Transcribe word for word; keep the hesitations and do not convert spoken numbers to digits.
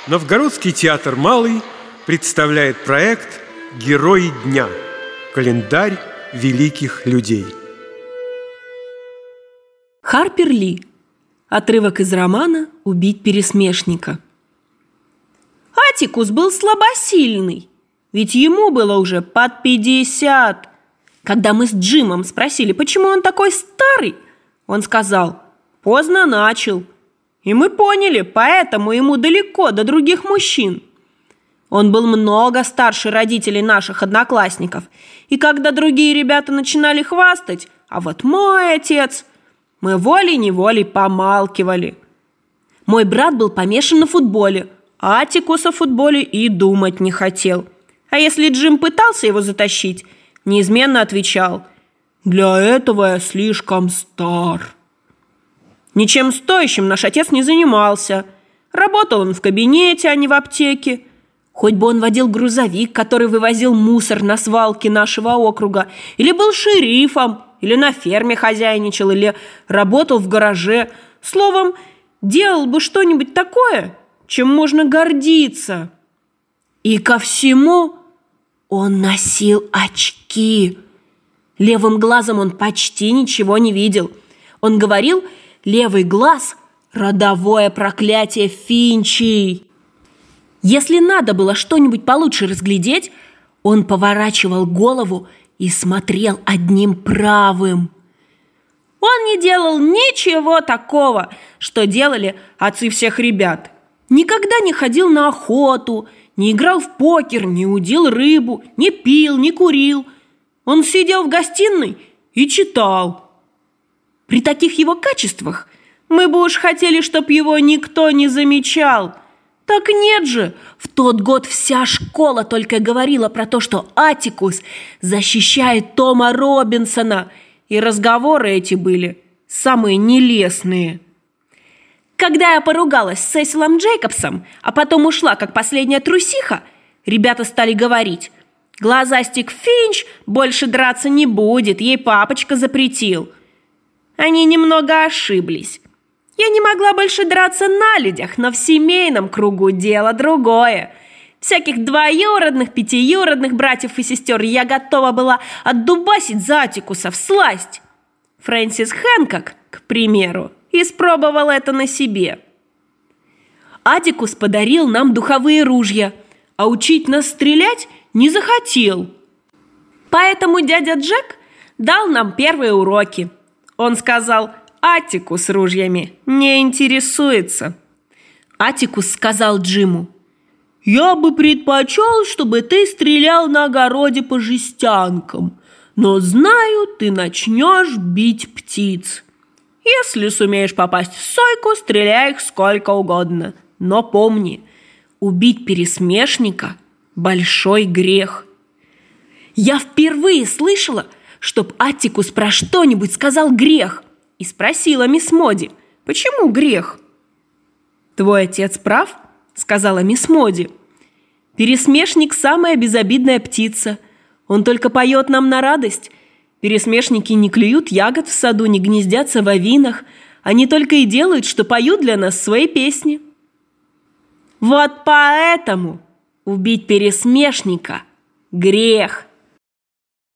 Новгородский театр «Малый» представляет проект «Герои дня. Календарь великих людей». Харпер Ли. Отрывок из романа «Убить пересмешника». Атикус был слабосильный, ведь ему было уже под пятьдесят. Когда мы с Джимом спросили, почему он такой старый, он сказал: поздно начал. И мы поняли, поэтому ему далеко до других мужчин. Он был много старше родителей наших одноклассников. И когда другие ребята начинали хвастать: а вот мой отец, мы волей-неволей помалкивали. Мой брат был помешан на футболе, а Атикус о футболе и думать не хотел. А если Джим пытался его затащить, неизменно отвечал: «Для этого я слишком стар». Ничем стоящим наш отец не занимался. Работал он в кабинете, а не в аптеке. Хоть бы он водил грузовик, который вывозил мусор на свалке нашего округа, или был шерифом, или на ферме хозяйничал, или работал в гараже. Словом, делал бы что-нибудь такое, чем можно гордиться. И ко всему он носил очки. Левым глазом он почти ничего не видел. Он говорил: левый глаз – родовое проклятие Финчей. Если надо было что-нибудь получше разглядеть, он поворачивал голову и смотрел одним правым. Он не делал ничего такого, что делали отцы всех ребят. Никогда не ходил на охоту, не играл в покер, не удил рыбу, не пил, не курил. Он сидел в гостиной и читал. При таких его качествах мы бы уж хотели, чтоб его никто не замечал. Так нет же, в тот год вся школа только говорила про то, что Атикус защищает Тома Робинсона, и разговоры эти были самые нелестные. Когда я поругалась с Сесилом Джейкобсом, а потом ушла, как последняя трусиха, ребята стали говорить: глазастик Финч больше драться не будет, ей папочка запретил. Они немного ошиблись. Я не могла больше драться на людях, но в семейном кругу дело другое. Всяких двоюродных, пятиюродных братьев и сестер я готова была отдубасить за Атикуса всласть. Фрэнсис Хэнкок, к примеру, испробовал это на себе. Атикус подарил нам духовые ружья, а учить нас стрелять не захотел. Поэтому дядя Джек дал нам первые уроки. Он сказал: Атикус ружьями не интересуется. Атикус сказал Джиму: «Я бы предпочел, чтобы ты стрелял на огороде по жестянкам, но знаю, ты начнешь бить птиц. Если сумеешь попасть в сойку, стреляй их сколько угодно. Но помни, убить пересмешника – большой грех». Я впервые слышала, чтоб Атикус про что-нибудь сказал грех, и спросила мисс Моди: почему грех? «Твой отец прав», – сказала мисс Моди. «Пересмешник – самая безобидная птица. Он только поет нам на радость. Пересмешники не клюют ягод в саду, не гнездятся в овинах. Они только и делают, что поют для нас свои песни». Вот поэтому убить пересмешника – грех.